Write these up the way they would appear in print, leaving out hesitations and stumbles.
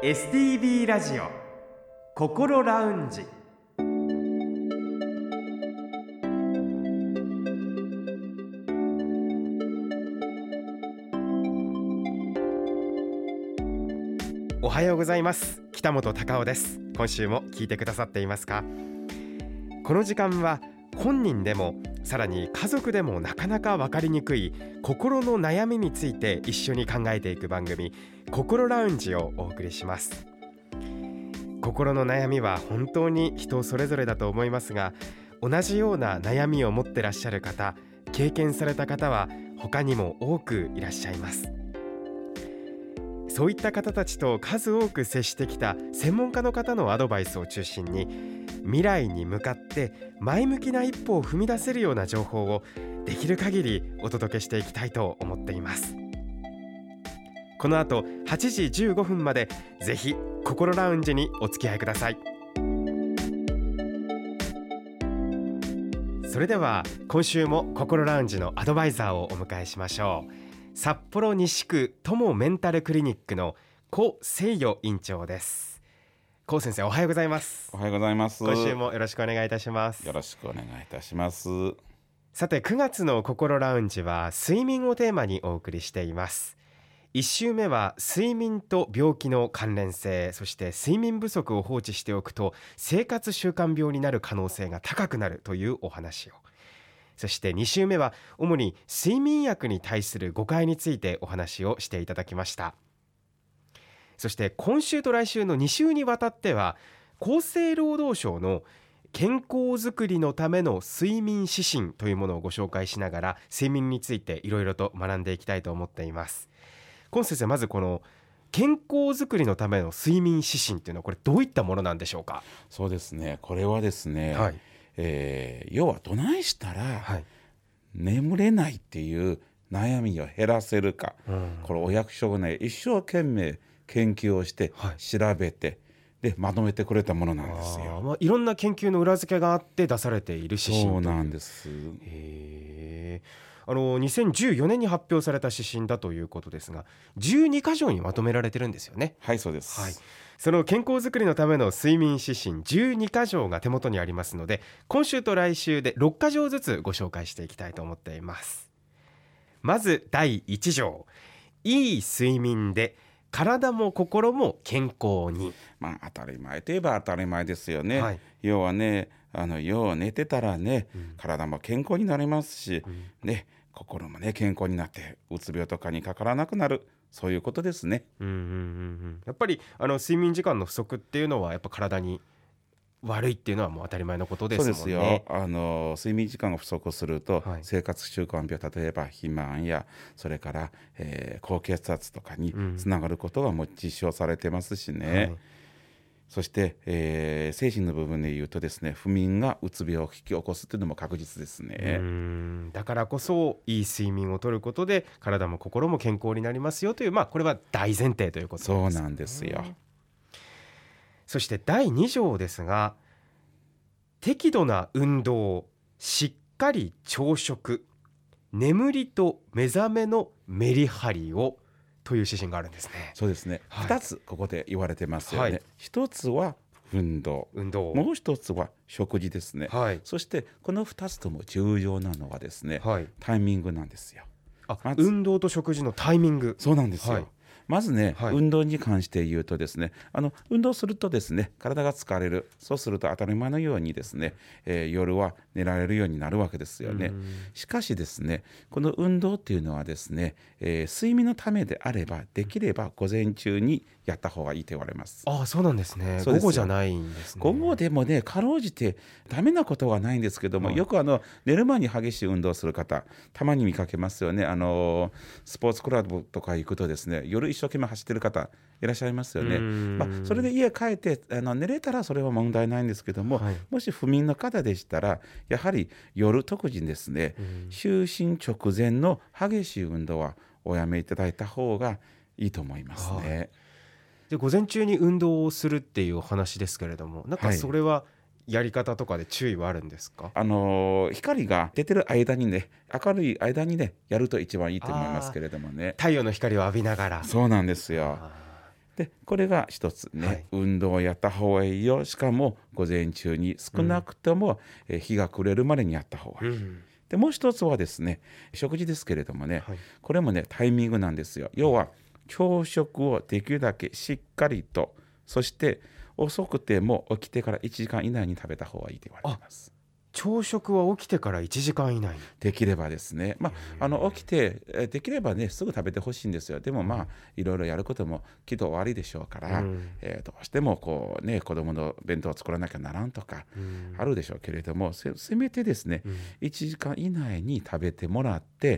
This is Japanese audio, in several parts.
STB ラジオ心ラウンジ。おはようございます。北本隆夫です。今週も聞いてくださっていますか？この時間は本人でもさらに家族でもなかなか分かりにくい心の悩みについて一緒に考えていく番組、心ラウンジをお送りします。心の悩みは本当に人それぞれだと思いますが、同じような悩みを持ってらっしゃる方、経験された方は他にも多くいらっしゃいます。そういった方たちと数多く接してきた専門家の方のアドバイスを中心に、未来に向かって前向きな一歩を踏み出せるような情報をできる限りお届けしていきたいと思っています。この後8時15分までぜひ心ラウンジにお付き合いください。それでは今週も心ラウンジのアドバイザーをお迎えしましょう。札幌西区友メンタルクリニックの顧清与院長です。顧先生、おはようございます。 おはようございます。 今週もよろしくお願いいたします。 よろしくお願いいたします。 さて、9月の心ラウンジは睡眠をテーマにお送りしています。1週目は睡眠と病気の関連性、そして睡眠不足を放置しておくと生活習慣病になる可能性が高くなるというお話を、そして2週目は主に睡眠薬に対する誤解についてお話をしていただきました。そして今週と来週の2週にわたっては、厚生労働省の健康づくりのための睡眠指針というものをご紹介しながら、睡眠についていろいろと学んでいきたいと思っています。今先生、まずこの健康づくりのための睡眠指針というのはこれどういったものなんでしょうか？ そうですね、これはですね、 はい、 要はどないしたら眠れないっていう悩みを減らせるか、これお役所がね一生懸命研究をして調べて、でまとめてくれたものなんですよ。 いろんな研究の裏付けがあって出されている指針という。 そうなんです。 2014年に発表された指針だということですが、12箇条にまとめられてるんですよね。 はい、そうです、 はい、その健康づくりのための睡眠指針12箇条が手元にありますので、今週と来週で6箇条ずつご紹介していきたいと思っています。まず第1条、いい睡眠で体も心も健康に。 当たり前といえば当たり前ですよね。 はい、 要はね、よう寝てたらね、体も健康になりますし、ね、心もね健康になってうつ病とかにかからなくなる、そういうことですね。 やっぱり睡眠時間の不足っていうのはやっぱ体に悪いっていうのはもう当たり前のことですもんね。 そうですよ。睡眠時間が不足すると、生活習慣病、例えば肥満やそれから、高血圧とかにつながることがもう実証されてますしね。そして、精神の部分でいうとですね、不眠がうつ病を引き起こすというのも確実ですね。 だからこそいい睡眠をとることで体も心も健康になりますよという、これは大前提ということですね。 そうなんですよ。 そして第2条ですが、適度な運動、しっかり朝食、眠りと目覚めのメリハリをという指針があるんですね。 そうですね、2つここで言われてますよね。1つは運動、もう1つは食事ですね。そしてこの2つとも重要なのはですね、タイミングなんですよ。 運動と食事のタイミング。 そうなんですよ。まずね、運動に関して言うとですね、運動するとですね体が疲れる。そうすると当たり前のようにですね、夜は寝られるようになるわけですよね。しかしですね、この運動っていうのはですね、睡眠のためであればできれば午前中にやった方がいいと言われます。 そうなんですね。午後じゃないんですね。 午後でもね、かろうじてダメなことはないんですけども、よく寝る前に激しい運動する方たまに見かけますよね。スポーツクラブとか行くとですね、夜一生懸命走ってる方いらっしゃいますよね。それで家帰って寝れたらそれは問題ないんですけども、もし不眠の方でしたらやはり夜特にですね、就寝直前の激しい運動はおやめいただいた方がいいと思いますね。 で、午前中に運動をするっていうお話ですけれども、なんかそれはやり方とかで注意はあるんですか？ 光が出てる間にね、明るい間にねやると一番いいと思いますけれどもね。 太陽の光を浴びながら。 そうなんですよ。 でこれが一つね、運動をやった方がいいよ。しかも午前中に少なくとも、日が暮れるまでにやった方がいい。でもう一つはですね、食事ですけれどもね、これもねタイミングなんですよ。要は朝食をできるだけしっかりと、そして遅くても起きてから1時間以内に食べた方がいいと言われています。 朝食は起きてから1時間以内にできればですね、起きてできればねすぐ食べてほしいんですよ。でもいろいろやることもきっと終わりでしょうから、どうしてもこうね子供の弁当を作らなきゃならんとかあるでしょうけれども、せめてですね、1時間以内に食べてもらって、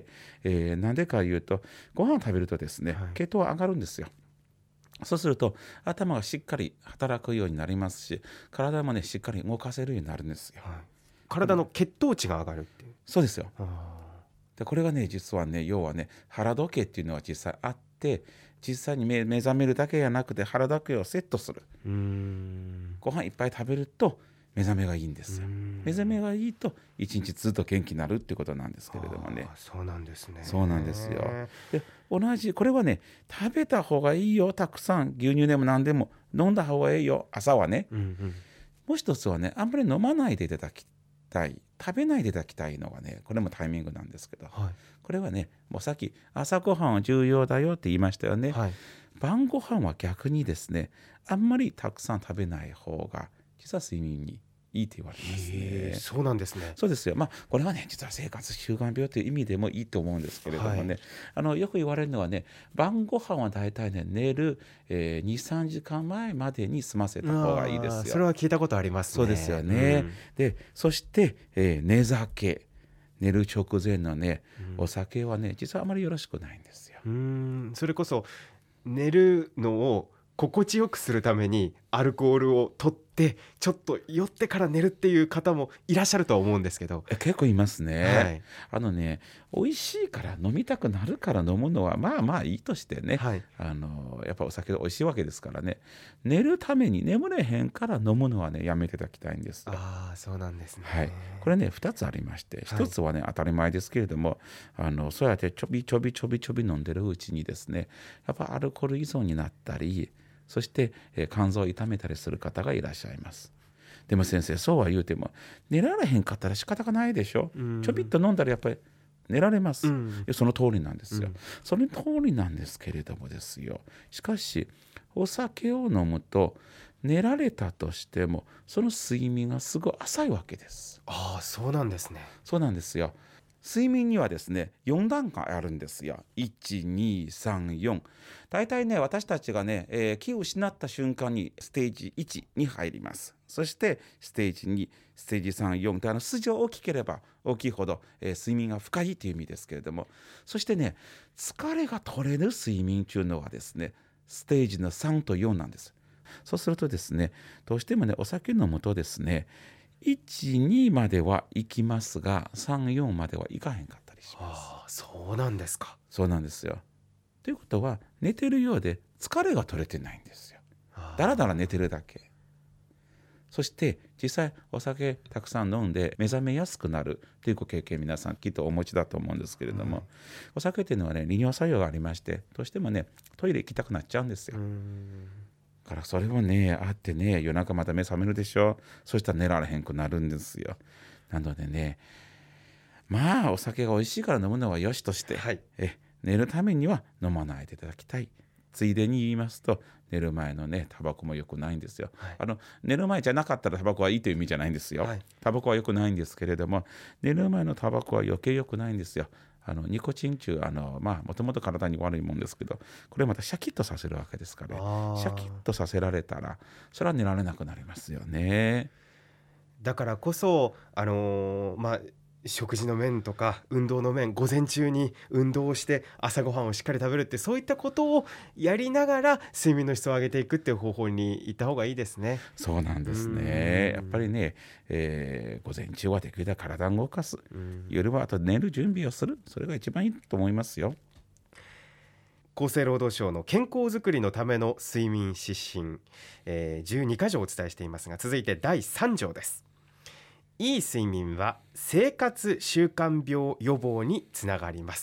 なんでかいうとご飯を食べるとですね、血糖は上がるんですよ。そうすると頭がしっかり働くようになりますし、体もねしっかり動かせるようになるんですよ。 体の血糖値が上がるっていう。 そうですよ。でこれがね実はね、要はね腹時計っていうのは実際あって、実際に目覚めるだけじゃなくて腹時計をセットする。ご飯いっぱい食べると目覚めがいいんですよ。目覚めがいいと一日ずっと元気になるっていうことなんですけれどもね。 そうなんですね。 そうなんですよ。で同じこれはね、食べた方がいいよ。たくさん牛乳でも何でも飲んだ方がいいよ、朝はね。もう一つはね、あんまり飲まないでいただきたい、食べないでいただきたいのがね、これもタイミングなんですけど、これはね、もうさっき朝ごはんは重要だよって言いましたよね。晩ご飯は逆にですね、あんまりたくさん食べない方が実は睡眠にいいと言われますね。 そうなんですね。 そうですよ。これはね実は生活習慣病という意味でもいいと思うんですけれどもね、よく言われるのはね、晩ご飯はだいたいね寝る、2、3時間前までに済ませた方がいいですよ。 それは聞いたことありますね。 そうですよね。でそして、寝酒、寝る直前のね、お酒はね実はあまりよろしくないんですよ。 それこそ寝るのを心地よくするためにアルコールを取ってちょっと酔ってから寝るっていう方もいらっしゃるとは思うんですけど。 結構いますね。美味しいから飲みたくなるから飲むのはいいとしてね、やっぱお酒が美味しいわけですからね、寝るために眠れへんから飲むのはねやめていただきたいんですよ。 そうなんですね。 これね2つありまして、1つはね当たり前ですけれども、そうやってちょび飲んでるうちにですね、やっぱアルコール依存になったり、そして、肝臓を痛めたりする方がいらっしゃいます。でも先生、そうは言うても寝られへんかったら仕方がないでしょ。ちょびっと飲んだらやっぱり寝られます、その通りなんですよ、その通りなんですけれどもですよ、しかしお酒を飲むと寝られたとしてもその睡眠がすごい浅いわけです。 そうなんですね。 そうなんですよ。睡眠にはですね4段階あるんですよ。1、2、3、4。大体ね私たちがね、気を失った瞬間にステージ1に入ります。そしてステージ2、ステージ3、4と数字が大きければ大きいほど、睡眠が深いという意味ですけれども、そしてね疲れが取れる睡眠というのはですねステージの3と4なんです。そうするとですね、どうしてもねお酒飲むとですね1、2までは行きますが3、4までは行かへんかったりします。 そうなんですか。 そうなんですよ。ということは寝てるようで疲れが取れてないんですよ。だらだら寝てるだけ。そして実際お酒たくさん飲んで目覚めやすくなるというご経験皆さんきっとお持ちだと思うんですけれども、お酒っていうのはね利尿作用がありまして、どうしてもねトイレ行きたくなっちゃうんですよ。だからそれもねあってね、夜中また目覚めるでしょ。そしたら寝られへんくなるんですよ。なのでね、お酒が美味しいから飲むのはよしとして、寝るためには飲まないでいただきたい。ついでに言いますと、寝る前のねタバコも良くないんですよ。寝る前じゃなかったらタバコはいいという意味じゃないんですよ。タバコは良くないんですけれども、寝る前のタバコは余計良くないんですよ。ニコチン中もともと体に悪いもんですけど、これまたシャキッとさせるわけですから、シャキッとさせられたらそれは寝られなくなりますよね。 だからこそ食事の面とか運動の面、午前中に運動をして朝ごはんをしっかり食べるって、そういったことをやりながら睡眠の質を上げていくっていう方法に行った方がいいですね。 そうなんですね。やっぱりね、午前中はできるだけ体を動かす、夜はあと寝る準備をする、それが一番いいと思いますよ。 厚生労働省の健康づくりのための睡眠指針、12箇条お伝えしていますが、続いて第3条です。いい睡眠は生活習慣病予防につながります。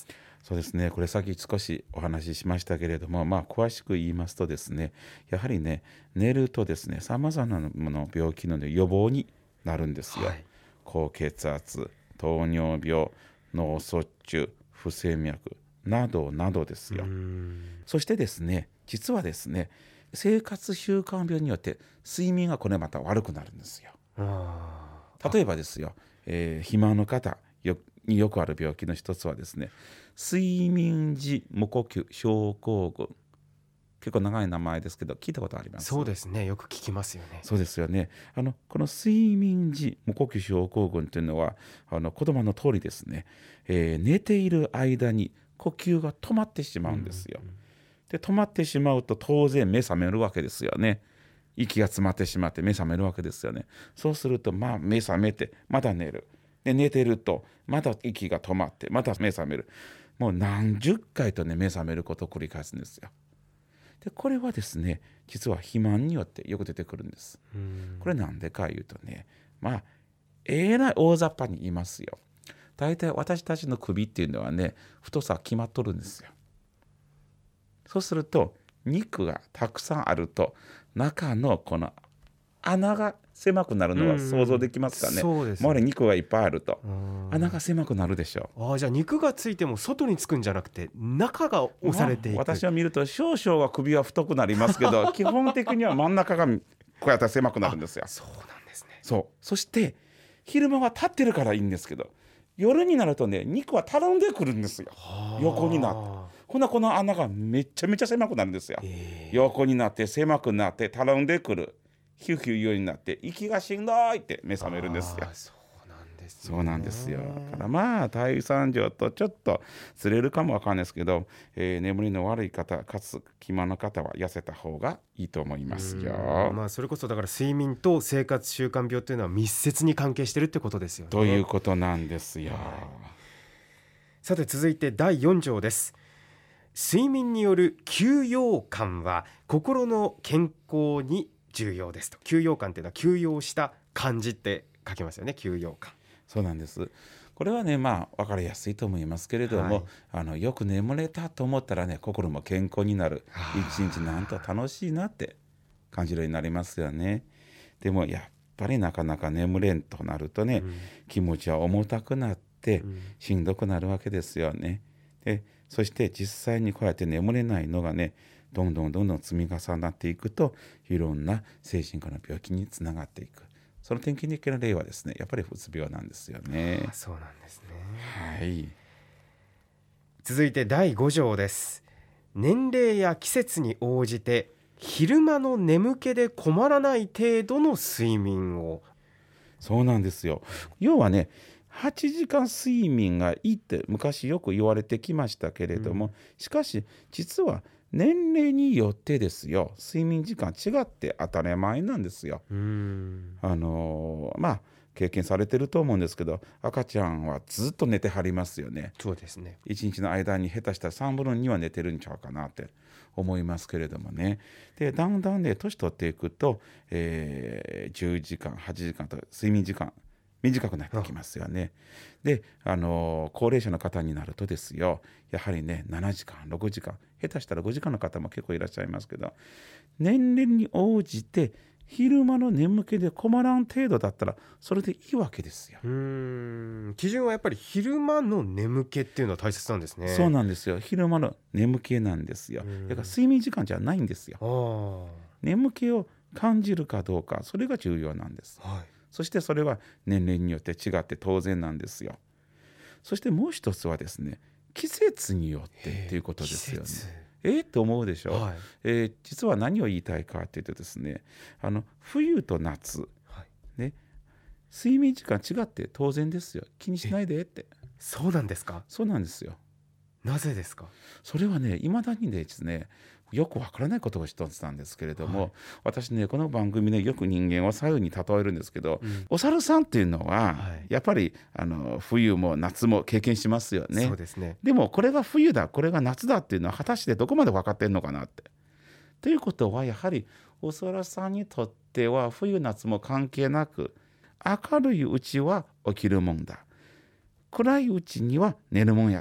そうですね、これさっき少しお話ししましたけれども、詳しく言いますとですね、やはりね、寝るとですね、さまざまなもの病気の、予防になるんですよ。高血圧、糖尿病、脳卒中、不整脈などなどですよ。そしてですね、実はですね、生活習慣病によって睡眠がこれまた悪くなるんですよ。例えばですよ、肥満の方によくある病気の一つはですね、睡眠時無呼吸症候群、結構長い名前ですけど聞いたことあります？ そうですね、よく聞きますよね。 そうですよね。この睡眠時無呼吸症候群というのは言葉の通りですね、寝ている間に呼吸が止まってしまうんですよ。で止まってしまうと当然目覚めるわけですよね。息が詰まってしまって目覚めるわけですよね。そうすると目覚めてまた寝る。で寝てるとまた息が止まってまた目覚める。もう何十回とね目覚めることを繰り返すんですよ。でこれはですね、実は肥満によってよく出てくるんです。これなんでかいうとね、らい大雑把に言いますよ。大体私たちの首っていうのはね、太さ決まっとるんですよ。そうすると肉がたくさんあると中のこの穴が狭くなるのは想像できますかね。 そうですね。 周りに肉がいっぱいあると穴が狭くなるでしょう。 じゃあ肉がついても外につくんじゃなくて中が押されていく。 私は見ると少々は首は太くなりますけど基本的には真ん中がこうやったら狭くなるんですよ。 そうなんですね。 そして昼間は立ってるからいいんですけど、夜になるとね肉はたるんでくるんですよ。横になってこの穴がめちゃめちゃ狭くなるんですよ。横になって狭くなってたるんでくる。ヒューヒュー言うようになって息がしんどいって目覚めるんですよ。そうなんですよ。だから体産上とちょっとずれるかもわかんないですけど、眠りの悪い方かつ肥満の方は痩せた方がいいと思いますよ。 それこそだから睡眠と生活習慣病というのは密接に関係してるってことですよね。 ということなんですよ。 さて続いて第4条です。睡眠による休養感は心の健康に重要ですと。休養感というのは休養した感じって書きますよね。休養感。 そうなんです。これはね分かりやすいと思いますけれども、よく眠れたと思ったらね心も健康になる。一日なんと楽しいなって感じるようになりますよね。でもやっぱりなかなか眠れんとなるとね、気持ちは重たくなってしんどくなるわけですよね。でそして実際にこうやって眠れないのがねどんどん積み重なっていくといろんな精神科の病気につながっていく。その典型的な例はですねやっぱりうつ病なんですよね。 そうなんですね。 はい。 続いて第5条です。年齢や季節に応じて昼間の眠気で困らない程度の睡眠を。 そうなんですよ。要はね8時間睡眠がいいって昔よく言われてきましたけれども、しかし実は年齢によってですよ睡眠時間違って当たり前なんですよ。経験されてると思うんですけど、赤ちゃんはずっと寝てはりますよね。 そうですね。 1日の間に下手したら3分の2は寝てるんちゃうかなって思いますけれどもね。でだんだんね年取っていくと、10時間8時間と睡眠時間短くなってきますよね。で高齢者の方になるとですよやはりね7時間6時間下手したら5時間の方も結構いらっしゃいますけど、年齢に応じて昼間の眠気で困らん程度だったらそれでいいわけですよ。 基準はやっぱり昼間の眠気っていうのは大切なんですね。 そうなんですよ。昼間の眠気なんですよ。だから睡眠時間じゃないんですよ。眠気を感じるかどうかそれが重要なんです。そしてそれは年齢によって違って当然なんですよ。そしてもう一つはですね季節によってということですよね。と思うでしょ、実は何を言いたいかというとですね冬と夏、睡眠時間違って当然ですよ。気にしないでって。 そうなんですか？ そうなんですよ。 なぜですか？ それはね未だにですねよくわからないことが一つなんですけれども、私ねこの番組でよく人間を左右に例えるんですけど、お猿さんっていうのは、やっぱり冬も夏も経験しますよね。 そうですね。 でもこれが冬だこれが夏だっていうのは果たしてどこまで分かってんのかなって。ということはやはりお猿さんにとっては冬夏も関係なく明るいうちは起きるもんだ暗いうちには寝るもんやって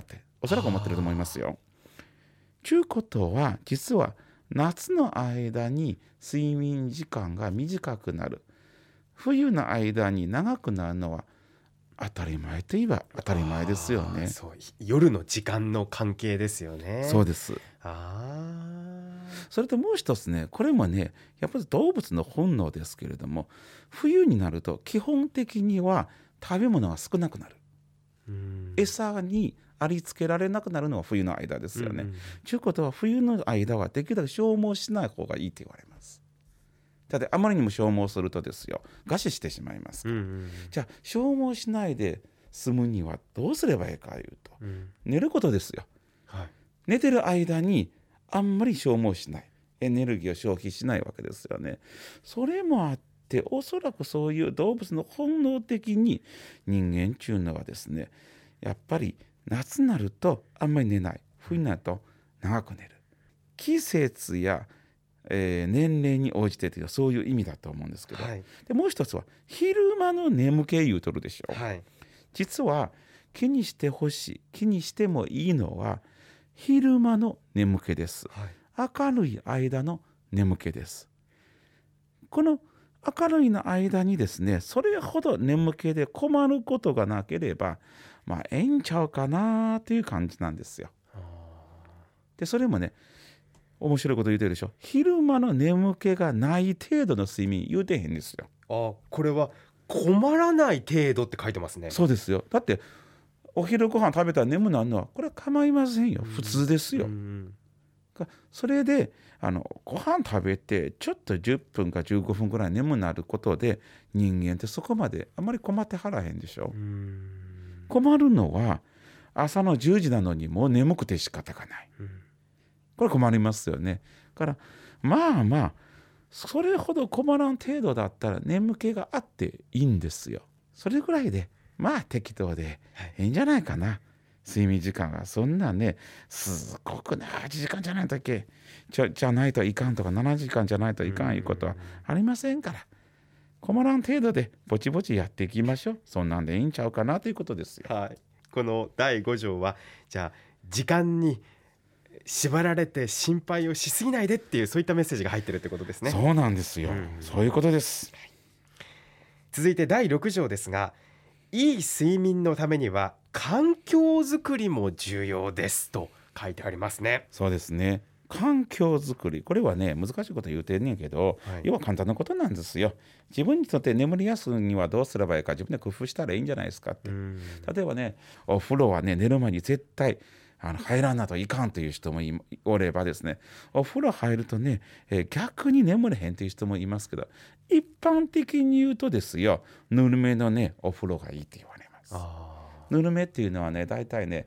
おそらく思ってると思いますよ。ちゅうことは実は夏の間に睡眠時間が短くなる、冬の間に長くなるのは当たり前といえば当たり前ですよね。 そう、夜の時間の関係ですよね。 そうです。それともう一つね、これもねやっぱり動物の本能ですけれども、冬になると基本的には食べ物が少なくなる。餌にありつけられなくなるのは冬の間ですよね。ということは冬の間はできるだけ消耗しない方がいいと言われます。ただあまりにも消耗するとですよ、餓死してしまいますから、じゃあ消耗しないで済むにはどうすればいいかいうと、寝ることですよ。寝てる間にあんまり消耗しない、エネルギーを消費しないわけですよね。それもあっておそらくそういう動物の本能的に人間っていうのはですね、やっぱり夏になるとあんまり寝ない、冬になると長く寝る。季節や、年齢に応じてというそういう意味だと思うんですけど、でもう一つは昼間の眠気言うとるでしょ、実は気にしてほしい、気にしてもいいのは昼間の眠気です、明るい間の眠気です。この明るいの間にですね、それほど眠気で困ることがなければええんちゃうかなという感じなんですよ。でそれもね面白いこと言うてるでしょ。昼間の眠気がない程度の睡眠言うてへんですよ。 これは困らない程度って書いてますね。 そうですよ。だってお昼ご飯食べたら眠なるのはこれは構いませんよ、普通ですよ。それでご飯食べてちょっと10分か15分ぐらい眠なることで人間ってそこまであまり困ってはらへんでしょ。困るのは朝の10時なのにもう眠くて仕方がない、これ困りますよね。だからそれほど困らん程度だったら眠気があっていいんですよ。それぐらいで適当でいいんじゃないかな、睡眠時間が。そんなねすごくね8時間じゃないとじゃないといかんとか7時間じゃないといかんいうことはありませんから、困らん程度でぼちぼちやっていきましょう。そんなんでいいんちゃうかなということですよ。 この第5条はじゃあ時間に縛られて心配をしすぎないでっていうそういったメッセージが入ってるってことですね。 そうなんですよ、そういうことです。 続いて第6条ですが、いい睡眠のためには環境づくりも重要ですと書いてありますね。 そうですね、環境づくり、これはね難しいこと言うてんねんけど、要は簡単なことなんですよ。自分にとって眠りやすいにはどうすればいいか自分で工夫したらいいんじゃないですかって。例えばねお風呂はね寝る前に絶対入らんなといかんという人もおればですね、お風呂入るとね、逆に眠れへんという人もいますけど、一般的に言うとですよ、ぬるめのねお風呂がいいと言われます。ぬるめっていうのはねだいたいね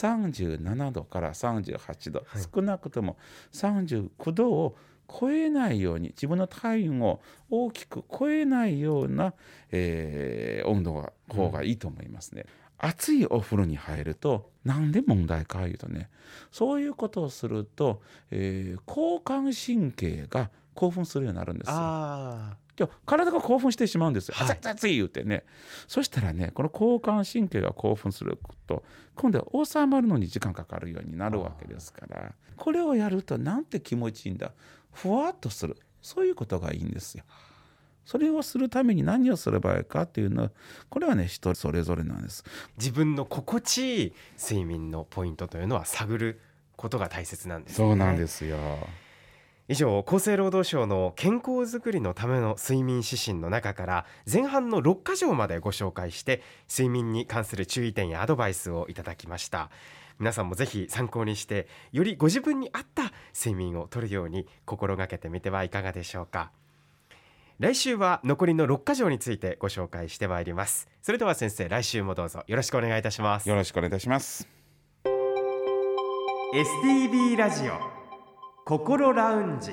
37度から38度、少なくとも39度を超えないように、自分の体温を大きく超えないような、温度が方がいいと思いますね。熱いお風呂に入るとなんで問題かいうとね、そういうことをすると、交感神経が興奮するようになるんですよ。体が興奮してしまうんですよ。熱い言うてね。そしたらねこの交感神経が興奮すると今度は収まるのに時間かかるようになるわけですから、これをやるとなんて気持ちいいんだ、ふわっとする、そういうことがいいんですよ。それをするために何をすればいいかっていうのはこれはね人それぞれなんです。 自分の心地いい睡眠のポイントというのは探ることが大切なんですね。 そうなんですよ。 以上、厚生労働省の健康づくりのための睡眠指針の中から前半の6箇条までご紹介して睡眠に関する注意点やアドバイスをいただきました。皆さんもぜひ参考にしてよりご自分に合った睡眠をとるように心がけてみてはいかがでしょうか。来週は残りの6箇条についてご紹介してまいります。それでは先生、来週もどうぞよろしくお願いいたします。 よろしくお願いいたします。 STB ラジオ心ラウンジ。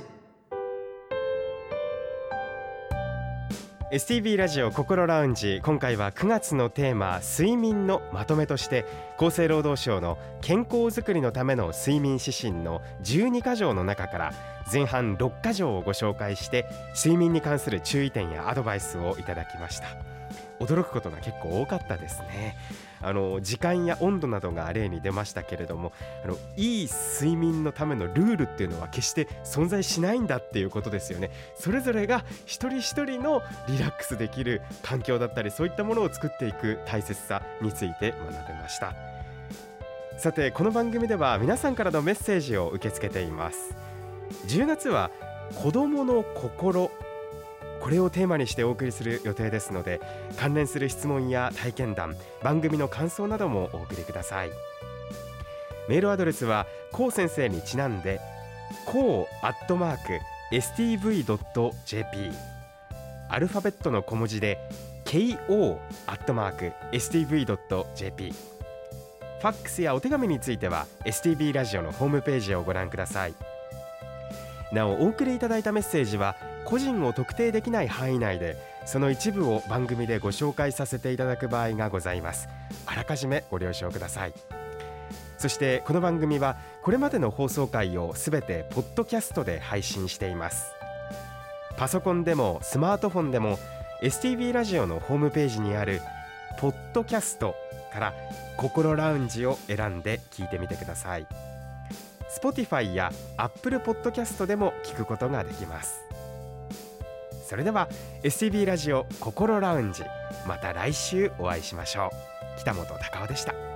STB ラジオ心ラウンジ、今回は9月のテーマ睡眠のまとめとして厚生労働省の健康づくりのための睡眠指針の12箇条の中から前半6箇条をご紹介して睡眠に関する注意点やアドバイスをいただきました。驚くことが結構多かったですね。 時間や温度などが例に出ましたけれども、いい睡眠のためのルールっていうのは決して存在しないんだっていうことですよね。それぞれが一人一人のリラックスできる環境だったり、そういったものを作っていく大切さについて学びました。さて、この番組では皆さんからのメッセージを受け付けています。10月は子どもの心、これをテーマにしてお送りする予定ですので、関連する質問や体験談、番組の感想などもお送りください。メールアドレスはこう先生にちなんでこう@stv.jp、 アルファベットの小文字で ko@stv.jp。 ファックスやお手紙については STV ラジオのホームページをご覧ください。なお、お送りいただいたメッセージは個人を特定できない範囲内で、その一部を番組でご紹介させていただく場合がございます。あらかじめご了承ください。そしてこの番組はこれまでの放送回をすべてポッドキャストで配信しています。パソコンでもスマートフォンでも STV ラジオのホームページにあるポッドキャストから心ラウンジを選んで聞いてみてください。 Spotify や Apple Podcast でも聞くことができます。それでは STV ラジオ心ラウンジ、また来週お会いしましょう。北本隆夫でした。